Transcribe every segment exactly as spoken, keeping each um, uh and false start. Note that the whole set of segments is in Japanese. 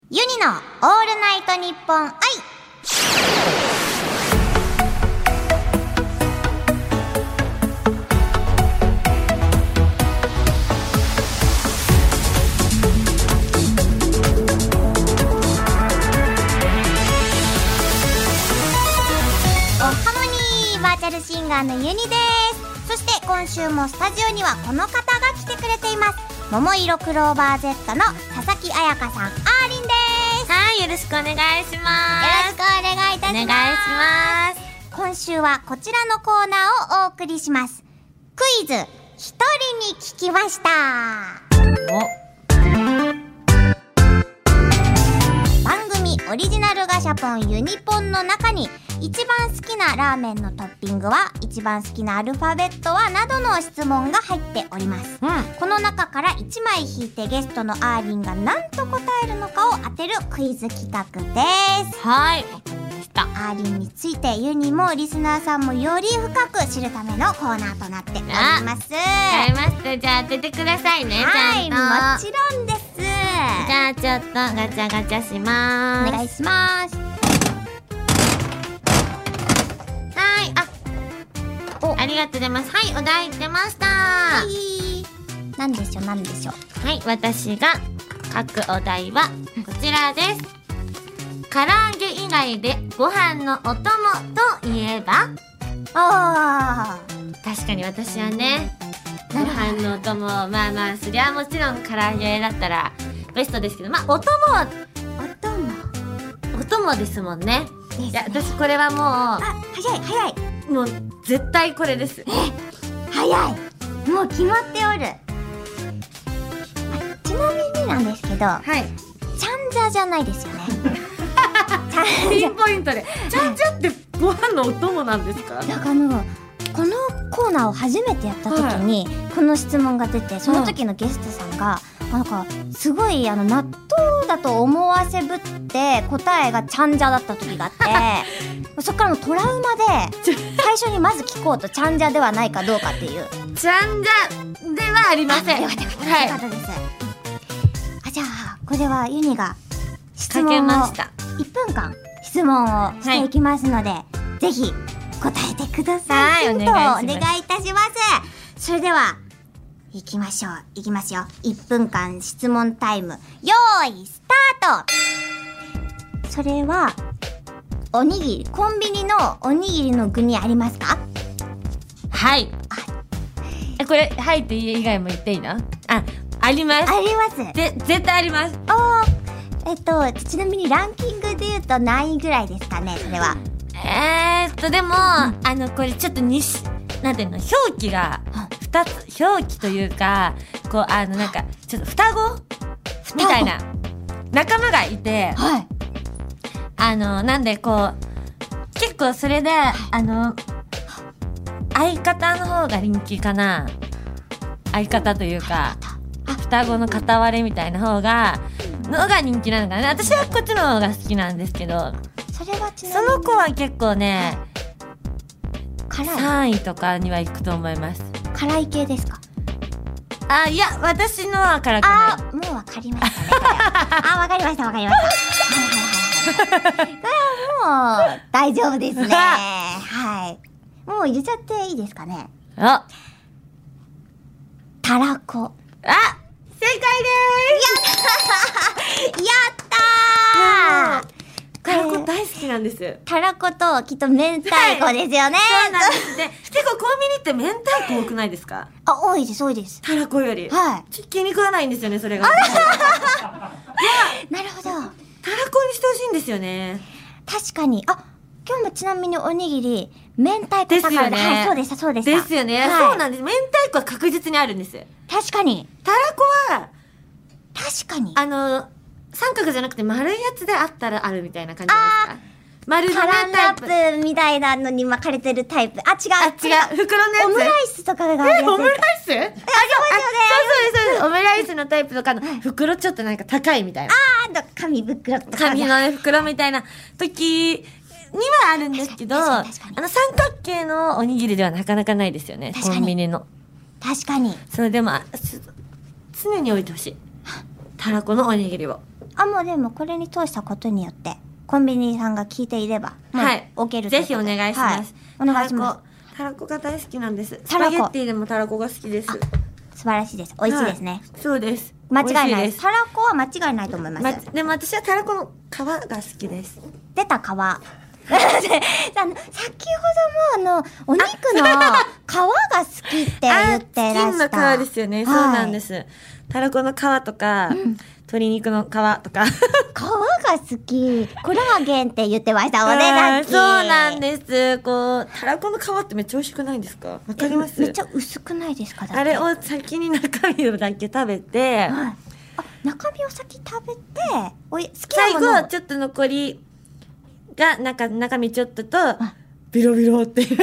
ユニのオールナイトニッポン愛。おハモニー、バーチャルシンガーのユニです。そして今週もスタジオにはこの方が来てくれています。桃色クローバー Z の佐々木彩香さん、あーりんです。 はい、よろしくお願いします。 よろしくお願いいたします。 お願いします。 今週はこちらのコーナーをお送りします。クイズ、一人に聞きました。番組オリジナルガシャポンユニポンの中に、一番好きなラーメンのトッピングは、一番好きなアルファベットはなどの質問が入っております、うん、この中からいちまい引いてゲストのアーリンが何と答えるのかを当てるクイズ企画です。 はい、わかりました。 アーリンについてユニもリスナーさんもより深く知るためのコーナーとなっております。 わかりました。じゃあ当ててくださいね。 はい、 ちゃんと。 もちろんです。 じゃあちょっとガチャガチャしまーす。 お願いします。 はい、あ、お、ありがとうございます。はい、お題出ました。はい。なんでしょう、なんでしょう。 はい、私が書くお題はこちらです。唐揚げ以外でご飯のお供といえば？ あー、確かに私はね、ご飯のお供、まあまあそりゃもちろん唐揚げだったらベストですけど、まあお供はお供お供ですもんね。 ですね。 いや、私これはもう、 あ、早い早い、 もう絶対これです。 え、早い、もう決まっておる。ちなみになんですけど、 はい、 ちゃんじゃじゃないですよね。 ピンポイントでちゃんじゃってご飯のお供なんですか？ だからあのこのコーナーを初めてやった時に、はい、この質問が出て、その時のゲストさんが、うん、なんかすごいあの納豆だと思わせぶって答えがちゃんじゃだった時があってそっからのトラウマで最初にまず聞こうと、ちゃんじゃではないかどうかっていう。 ちゃんじゃではありません。 よかったよかった、はい、よかったです。あ、じゃあこれはユニが質問をいっぷんかん質問をしていきますので、はい、ぜひ答えてください。 はい、お願いします。 お願いいたします。それでは行きましょう。行きますよ。いっぷんかん質問タイム、よーいスタート。それはおにぎり、コンビニのおにぎりの具にありますか？ はい。あ、これはいって以外も言っていいの？あ、あります。 あります。 で、絶対あります。 おー、えっとちなみにランキングで言うと何位ぐらいですかね、それは。 えーっとでも、うん、あのこれちょっとにし、なんていうの、表記がふたつ、表記というか、こうあのなんかちょっと双子みたいな仲間がいて、はい、あのなんでこう結構それで、はい、あの相方の方が人気かな。相方というか双子の片割れみたいな方がのが人気なのかな。私はこっちの方が好きなんですけど、 それはちなみにその子は結構ね、 辛いさんいとかには行くと思います。 辛い系ですか？ あ、いや、私のは辛くない。 あ、もうわかりましたね。あ、わかりましたわかりましたこれはもう大丈夫ですね。はい、もう入れちゃっていいですかね。 あ、 たらこ。 あ、正解でーす。やったー。やったー。 たらこ大好きなんです。 たらこときっと明太子ですよね。 そうなんですね。結構コンビニって明太子多くないですか？ あ、多いです多いです。 たらこより。 はい。 ちょっと気に食わないんですよね、それが。 なるほど。 たらこにしてほしいんですよね。 確かに。あ、今日もちなみにおにぎり明太子ですよね。 はい、そうでしたそうでした。 ですよね。はい、そうなんです。明太子は確実にあるんです。 確かに。 たらこは確かにあの三角じゃなくて丸いやつであったらあるみたいな感じですか？丸のカランラタイプップみたいなのに巻かれてるタイプ。あ、違う。 あ、違う。袋のやつ。 オムライスとかがあるやつ。 え、オムライス？あ、そうですよね。そうですそうです。オムライスのタイプとかの袋ちょっとなんか高いみたいな。 あー、紙袋とか。 紙のね、袋みたいな時にはあるんですけど、あの三角形のおにぎりではなかなかないですよね。コンビニの。 確かに。 それでも、常に置いてほしい。たらこのおにぎりを。 あ、もうでもこれに通したことによって、コンビニさんが聞いていれば、 はい。 置けるぜひお願いします。 はい、お願いします。 たらこが大好きなんです。スパゲッティでもたらこが好きです。 素晴らしいです。美味しいですね。 はい、そうです。 間違いないです。たらこは間違いないと思います。ま、 でも私はたらこの皮が好きです。 出た皮。あの先ほどもあのお肉の皮が好きって言ってらした。 チキンの皮ですよね。はい、そうなんです。たらこの皮とか、うん、鶏肉の皮とか。皮が好き。コラーゲンって言ってましたもんね、さっき。 そうなんです。こう、たらこの皮ってめっちゃ美味しくないですか？わかります？ めっちゃ薄くないですか？だってあれを先に中身だけ食べて、はい、 あ、中身を先食べて、おい好きなもの最後ちょっと残りが中中身ちょっととビロビロっていう。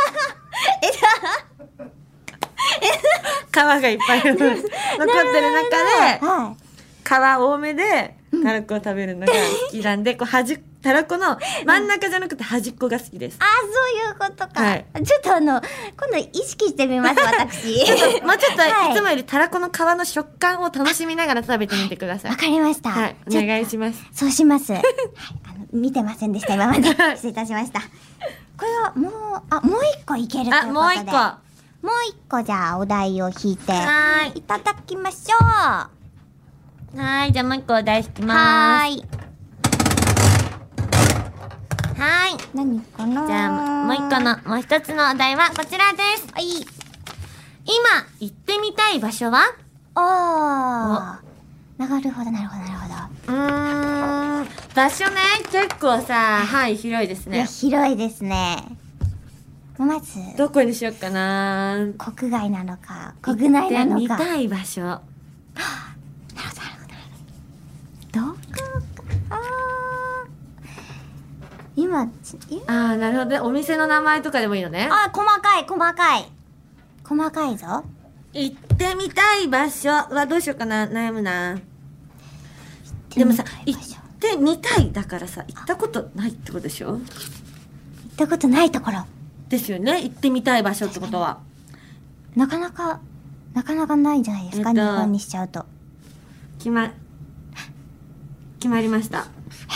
皮がいっぱい残ってる中で、はい、皮多めでたらこを食べるのが好きなんで、うん、こう端たらこの真ん中じゃなくて端っこが好きです。 あ、そういうことか。はい、ちょっとあの今度意識してみます私。 ちょっともうちょっと、はい、いつもよりたらこの皮の食感を楽しみながら食べてみてください。 わかりました。 はい、お願いします。 そうします。はい、あの見てませんでした今まで。失礼いたしました。これはもうあもう一個いけるということで。あ、もう一個。もう一個じゃあお題を引いていただきましょう。 はーい、じゃあもう一個お題引きまーす。はーい。はーい。 何かな。 じゃあもう一個のもう一つのお題はこちらです。 はい。 今行ってみたい場所は？ あー。なるほどなるほどなるほど。 うーん。場所ね、結構さ、範囲広いですね。 いや広いですね。まずどこにしよっかな。 国外なのか国内なのか。 見たい場所。 なるほどなるほど。どこか。あ今ああ、なるほどね。お店の名前とかでもいいのね。 あ、細かい細かい細かいぞ。 行ってみたい場所はどうしようかな。悩むな。でもさ、行ってみたいだからさ、行ったことないってことでしょ。行ったことないところですよね。行ってみたい場所ってことはなかなかなかなかないんじゃないですか、えっと、日本にしちゃうと。 決ま決まりました。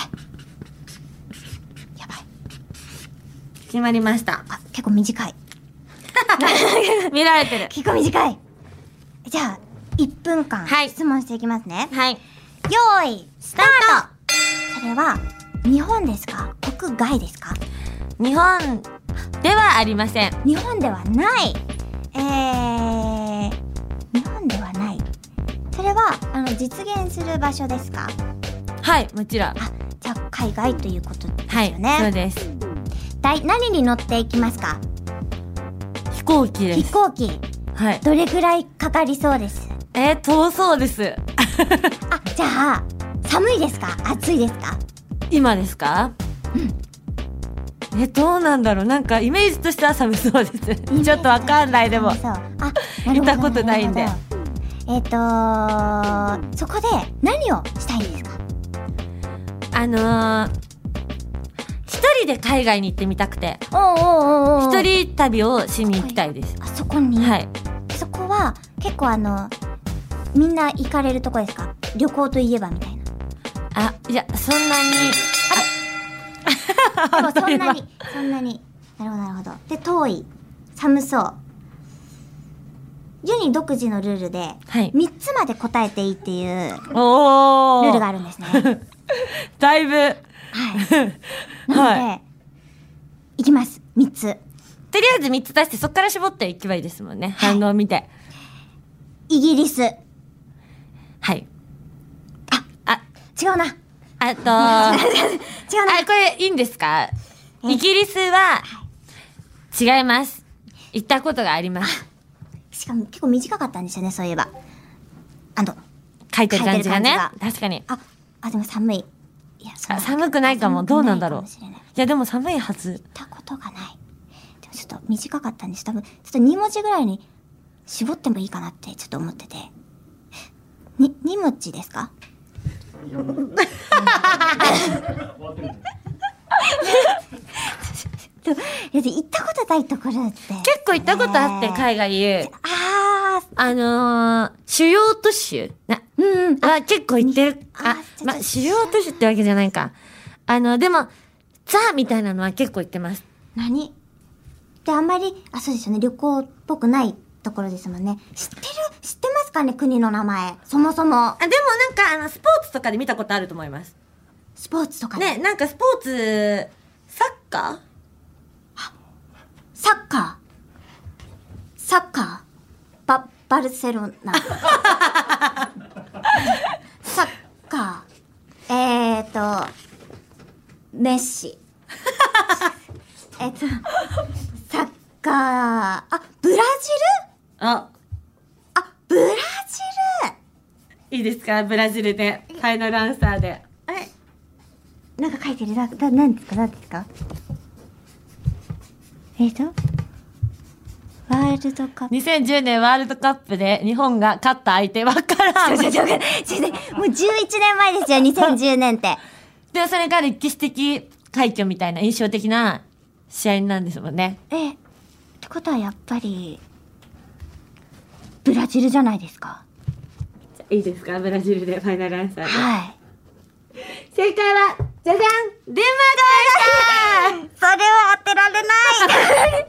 やばい。 決まりました。 あ、結構短い。 見られてる。 結構短い。じゃあいっぷんかん質問していきますね。 はい。 よーいスタート。それは日本ですか？国外ですか？ 日本ではありません。 日本ではない。えー、日本ではない。それはあの実現する場所ですか？ はい、もちろん。 あ、じゃあ海外ということですよね。 はい、そうです。 だい何に乗っていきますか？ 飛行機です。 飛行機。 はい。 どれくらいかかりそうです？ えー、遠そうです。 あ、じゃあ寒いですか？暑いですか？ 今ですか？うん。え、どうなんだろう。なんかイメージとしては寒そうです。ちょっとわかんないでも。そう。あ、行ったことないんで。 えっとそこで何をしたいんですか？ あのー、一人で海外に行ってみたくて。 おうおうおうおう。 一人旅をしに行きたいです。 あそこに。 はい。 そこは結構あのみんな行かれるとこですか？旅行といえばみたいな。 あ、いやそんなに。 でもそんなにそんなになるほどなるほど。で遠い寒そう。ユニ独自のルールでみっつまで答えていいっていうルールがあるんですね。 だいぶはいなので、はい、いきますみっつ。 とりあえずみっつ出してそっから絞っていけばいいですもんね、はい、反応を見て。 イギリス。はいああ違うなあと違うな。あ、 これいいんですか？イギリスは違います。行ったことがあります。 しかも結構短かったんですよね、そういえば。あの書いてる感じがね。確かに。 あ、あでも寒い。いや、 そ寒くないかも。どうなんだろう。いやでも寒いはず。 行ったことがない。でもちょっと短かったんです。多分ちょっとに文字ぐらいに絞ってもいいかなってちょっと思ってて。にに文字ですか？いや行ったことないところって結構行ったことあって、海外。 ああのー、主要都市な、 うんうん。 あ、結構言ってる。あ、 あまあ、主要都市ってわけじゃないか。あの、でも、ザみたいなのは結構言ってます。 何で、あんまり、あ、そうですよね。旅行っぽくないところですもんね。知ってる知ってますかね、国の名前。そもそも。 あ、でもなんか、あの、スポーツとかで見たことあると思います。 スポーツとかで。 ね、なんかスポーツ、サッカーサッカーサッカーバ、バルセロナ。サッカー。えーと、メッシ。えっと、サッカー、あ、ブラジルあ、 あ、ブラジルいいですか、ブラジルで。ファイナルアンサーで。 あれなんか書いてる。だ、だ、なんですかなんですかえーと、ワールドカップ。 にせんじゅうねんワールドカップで日本が勝った相手わからん。 ちょちょちょちょもうじゅういちねんまえですよ、にせんじゅうねんって。 でもそれが歴史的快挙みたいな印象的な試合なんですもんね。 え、ってことはやっぱり、ブラジルじゃないですか。 いいですか、ブラジルでファイナルアンサーで。 はい。 正解は、じゃじゃん、デンマークでしたそれは当てられないそれは当てられない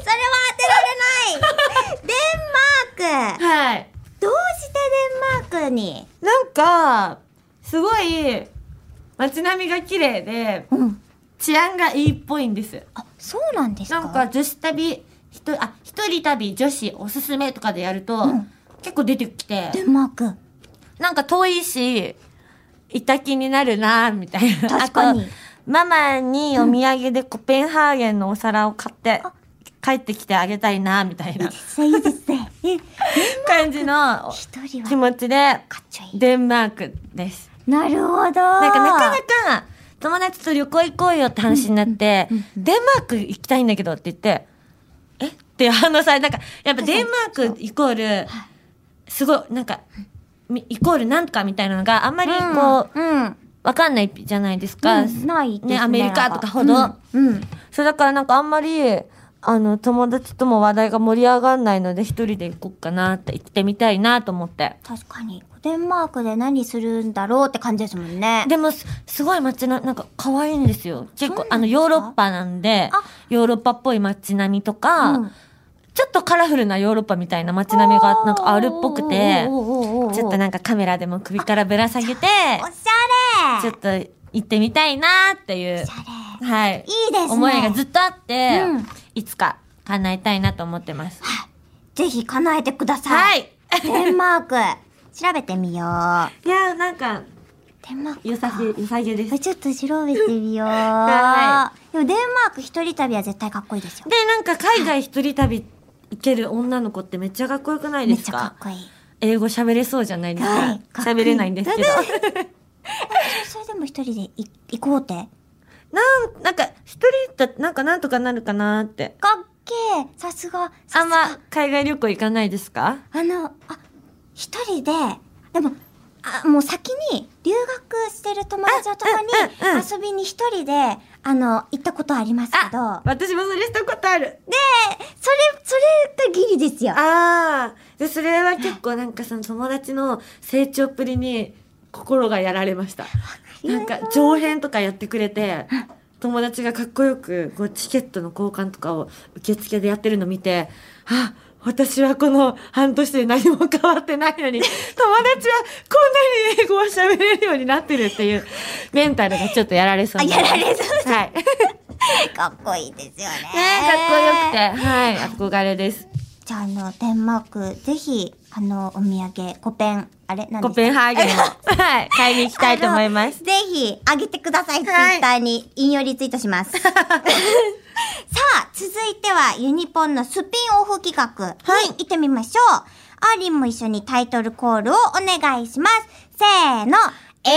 デンマークはい。 どうしてデンマークになんか、すごい、街並みが綺麗で、 うん。 治安がいいっぽいんです。 あ、そうなんですか。 なんか女子旅、ひと、あ、一人旅女子おすすめとかでやると、 うん、 結構出てきて、 デンマーク。 なんか遠いし、行った気になるなみたいな。 確かに。 あと、ママにお土産でコペンハーゲンのお皿を買って、帰ってきてあげたいなみたいな。 いいですね、いいですね。 感じの気持ちで、デンマークです。 なるほど。 なんかなかなか友達と旅行行こうよって話になって、デンマーク行きたいんだけどって言って、えって反応され、なんか、やっぱデンマークイコール、すごい、なんか、イコールなんとかみたいなのがあんまりこう、うんうん、わかんないじゃないですか。うん、 ないですね。 ね、アメリカとかほど。うん。うん、そうだからなんかあんまり、あの、友達とも話題が盛り上がんないので一人で行こうかなって行ってみたいなと思って。 確かに。デンマークで何するんだろうって感じですもんね。 でも、す、すごい街の、なんか可愛いんですよ。結構、あの、ヨーロッパなんで、ヨーロッパっぽい街並みとか、うん、ちょっとカラフルなヨーロッパみたいな街並みがなんかあるっぽくて、ちょっとなんかカメラでも首からぶら下げて、 おしゃれちょっと行ってみたいなっていう、 おしゃれはい。 いいですね。 思いがずっとあって、うん、いつか叶えたいなと思ってます。 はい。ぜひ叶えてください。はい。デンマーク、調べてみよう。いや、なんか、 デンマークよさげ、よさげです。 ちょっと調べてみよう。はい。でもデンマーク一人旅は絶対かっこいいですよ。 で、なんか海外一人旅行ける女の子ってめっちゃかっこよくないですか？ めっちゃかっこいい。 英語喋れそうじゃないですか。はい。喋れないんですけど。 それでも一人でい行こうって。なん、 なんか一人だなんかなんとかなるかなーって。 かっけー。さすが。 あんま海外旅行行かないですか？ あの、あ、一人で、でも、あ、もう先に留学してる友達のとこに遊びに一人で、あの、行ったことありますけど。 私もそれしたことある。 で、それ、それがギリですよ。 ああ。で、それは結構なんかその友達の成長っぷりに心がやられました。なんか上編とかやってくれて、友達がかっこよくこうチケットの交換とかを受付でやってるの見て、あ、私はこの半年で何も変わってないのに、友達はこんなに英語を喋れるようになってるっていうメンタルがちょっとやられそうな。やられそう。 はい。 かっこいいですよね。 ね、かっこよくて、はい、憧れです。 じゃあ、あの、デンマーク、ぜひ、あの、お土産、コペン、あれ何ですか？ コペンハーゲンを、はい、買いに行きたいと思います。 ぜひ、あげてください、ツイッターに。引用リツイートします。さあ、続いては、ユニポンのスピンオフ企画に行ってみましょう。アーリンも一緒にタイトルコールをお願いします。せーの、エア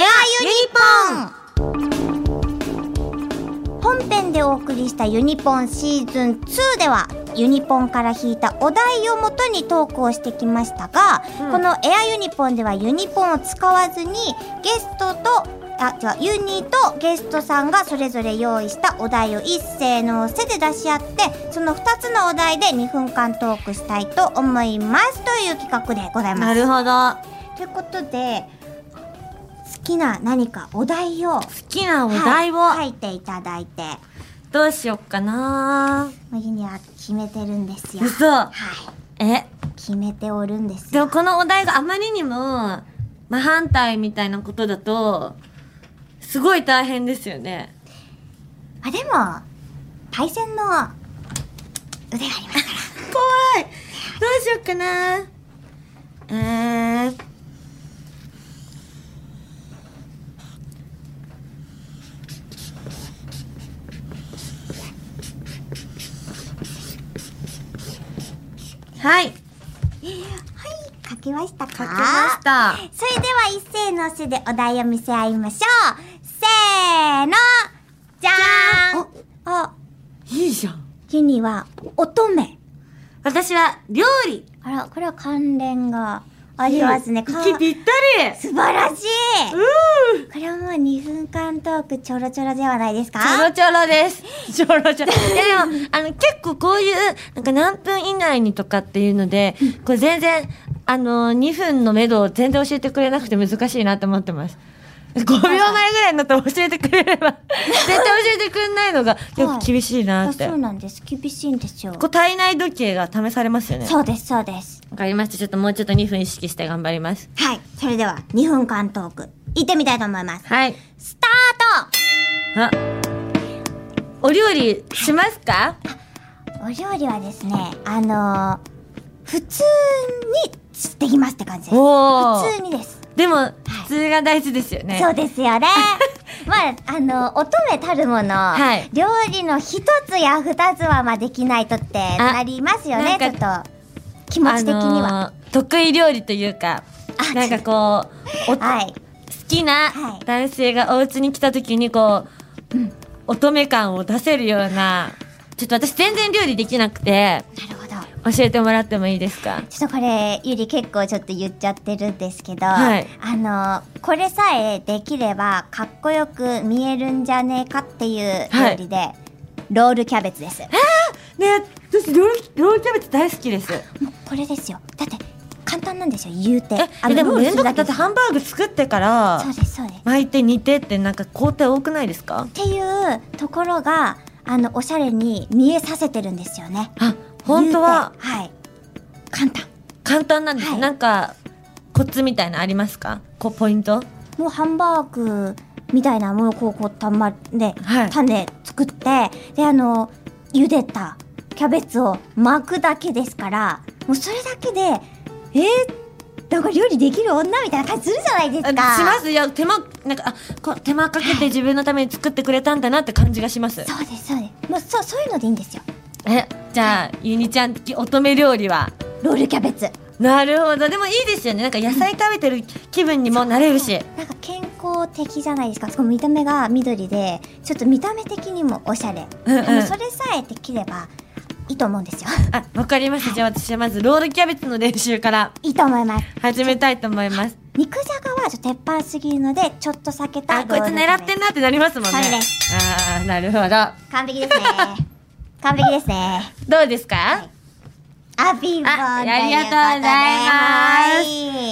ユニポン！本編でお送りしたユニポンシーズンツーではユニポンから引いたお題をもとにトークをしてきましたが、うん、このエアユニポンではユニポンを使わずにゲストとあ、じゃあユニとゲストさんがそれぞれ用意したお題を一斉のせで出し合って、そのふたつのお題でにふんかんトークしたいと思いますという企画でございます。 なるほど。 ということで、好きな何かお題を、好きなお題を、 はい、書いていただいて、 どうしよっかな。 もうユニは決めてるんですよ。 嘘。 はい。 え、 決めておるんですよ。 でもこのお題があまりにも真反対みたいなことだとすごい大変ですよね。 あ、でもパイセンの腕がありますから怖い。どうしよっかな。えーはい。はい、 書きましたか？ 書きました。 それでは一斉のせでお題を見せ合いましょう。せーの、じゃーん。あ、 いいじゃん。 ユニは乙女。 私は料理。 あら、これは関連がありますね。 息ぴったり。 素晴らしい。 うー。 これはもうにふんかんトークちょろちょろではないですか？ ちょろちょろです。ちょろちょろ。いやでも、あの、結構こういう、なんか何分以内にとかっていうので、これ全然、あの、にふんの目処を全然教えてくれなくて難しいなと思ってます。ごびょうまえぐらいになったら教えてくれれば、絶対教えてくれないのが、よく厳しいなって。 そうなんです。厳しいんですよ。 こう体内時計が試されますよね。 そうです、そうです。 わかりました。ちょっともうちょっとにふん意識して頑張ります。 はい。それでは、にふんかんトーク、行ってみたいと思います。 はい。 スタート。 あ、お料理しますか？ お料理はですね、あのー、普通にできますって感じです。 お普通にです。 でも、普通が大事ですよね。 そうですよね。まあ、あの、乙女たるもの、はい、料理の一つや二つはまあできないとってなりますよね、ちょっと。気持ち的には。 あのー、得意料理というか、なんかこう、 はい、 好きな男性がお家に来た時にこう、うん、乙女感を出せるような、ちょっと私全然料理できなくて。 なるほど。 教えてもらってもいいですか？ ちょっとこれ、ゆり結構ちょっと言っちゃってるんですけど、 はい、 あの、これさえできればかっこよく見えるんじゃねえかっていう料理で、はい、ロールキャベツです。 えー、ねえ、私ロール、ロールキャベツ大好きです。 もうこれですよ。だって、簡単なんですよ、言うて。 え、でもめんどくさい。だってハンバーグ作ってから、 そうです、そうです。 巻いて煮てってなんか工程多くないですか？ っていうところが、あの、おしゃれに見えさせてるんですよね。 あ、本当は。 はい。簡単。 簡単なんです。はい、なんか、コツみたいなありますか？こう、ポイント？ もうハンバーグみたいなものをこう、こう、たまで、はい、種作って、で、あの、茹でたキャベツを巻くだけですから、もうそれだけで、えー、なんか料理できる女みたいな感じするじゃないですか。 します。いや、手間、なんか、あ、こう手間かけて自分のために作ってくれたんだなって感じがします。 そうです、そうです。もう、そう、そういうのでいいんですよ。 え、じゃあ、ゆにちゃん的乙女料理はロールキャベツ。 なるほど。でもいいですよね。なんか野菜食べてる気分にもなれるし。 なんか健康的じゃないですか。その見た目が緑で、ちょっと見た目的にもおしゃれ。うんうん、でもそれさえできればいいと思うんですよ。 あ、わかりました。じゃあ私はまずロールキャベツの練習からいいと思います。 始めたいと思います。 肉じゃがはちょっと鉄板すぎるので、ちょっと避けた。 あ、こいつ狙ってんなってなりますもんね。 それです。 あー、なるほど。 完璧ですね。完璧ですね。 どうですか？はい、 あ、ピンポン。ありがとうございます。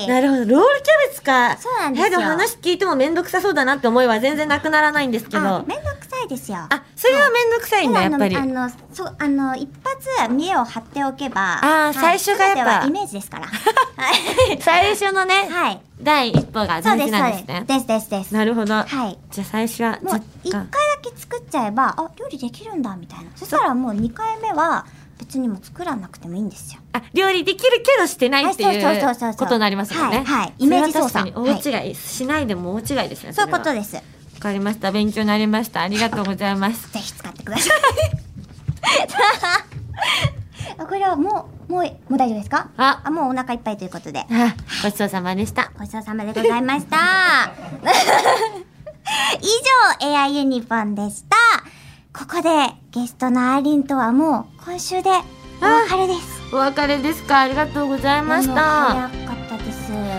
なるほど。ロールキャベツか。 そうなんですよ。 でも話聞いてもめんどくさそうだなって思いは全然なくならないんですけど。 めんどくさいですよ。 あ、それはめんどくさいんだ、やっぱり。 あの、そう、あの、一発見栄を張っておけば。 ああ、最初がやっぱ。 イメージですから。 最初のね。 はい。 第一歩が大事なんですね。 ですですです。 なるほど。 はい。 じゃあ最初は、 もう一回だけ作っちゃえば、あ、料理できるんだ、みたいな。そしたらもう二回目は、別にも作らなくてもいいんですよ。 あ、料理できるけどしてないっていうことになりますもんね。 はい、はい。イメージ操作。 大違い、はい、しないでも大違いですね。 そういうことです。 わかりました。勉強になりました。ありがとうございます。 ぜひ使ってください。これはもう、もう、もう大丈夫ですか？ あ、 あ、もうお腹いっぱいということで。あ、 ごちそうさまでした。 ごちそうさまでございました。以上、エーアイ ユニフォンでした。ここでゲストのアーリンとはもう今週でお別れです。 お別れですか？ありがとうございました。 早かったです。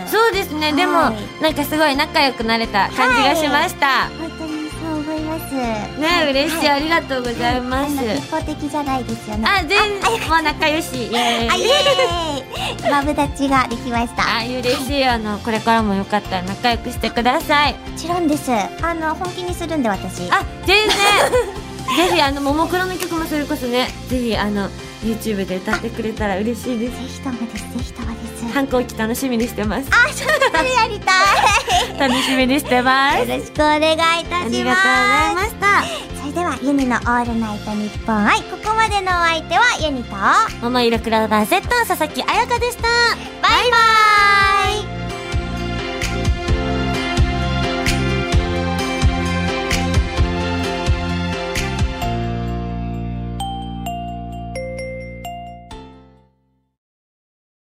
そうですね。はい、でもなんかすごい仲良くなれた感じがしました。 はい、本当にそう思います。 。 ね、嬉しい、ありがとうございます。 一方的じゃないですよね。 あ、全然、もう仲良し。イエーイ。 あ、イエーイ。マブダチができました。 あ、嬉しい。あの、これからもよかったら仲良くしてください。もちろんです。あの、本気にするんで、私。 あ、全然。ぜひ、あの、ももクロの曲もそれこそね、ぜひ、あの、YouTube で歌ってくれたら嬉しいです。 ぜひともです、ぜひともです。 反抗期楽しみにしてます。 あ、ちょっとそれやりたい。 楽しみにしてます。 よろしくお願いいたします。 ありがとうございました。 それではユニのオールナイトニッポン愛、ここまでのお相手はユニと桃色クラブバー Z 佐々木彩香でした。 バイバーイ。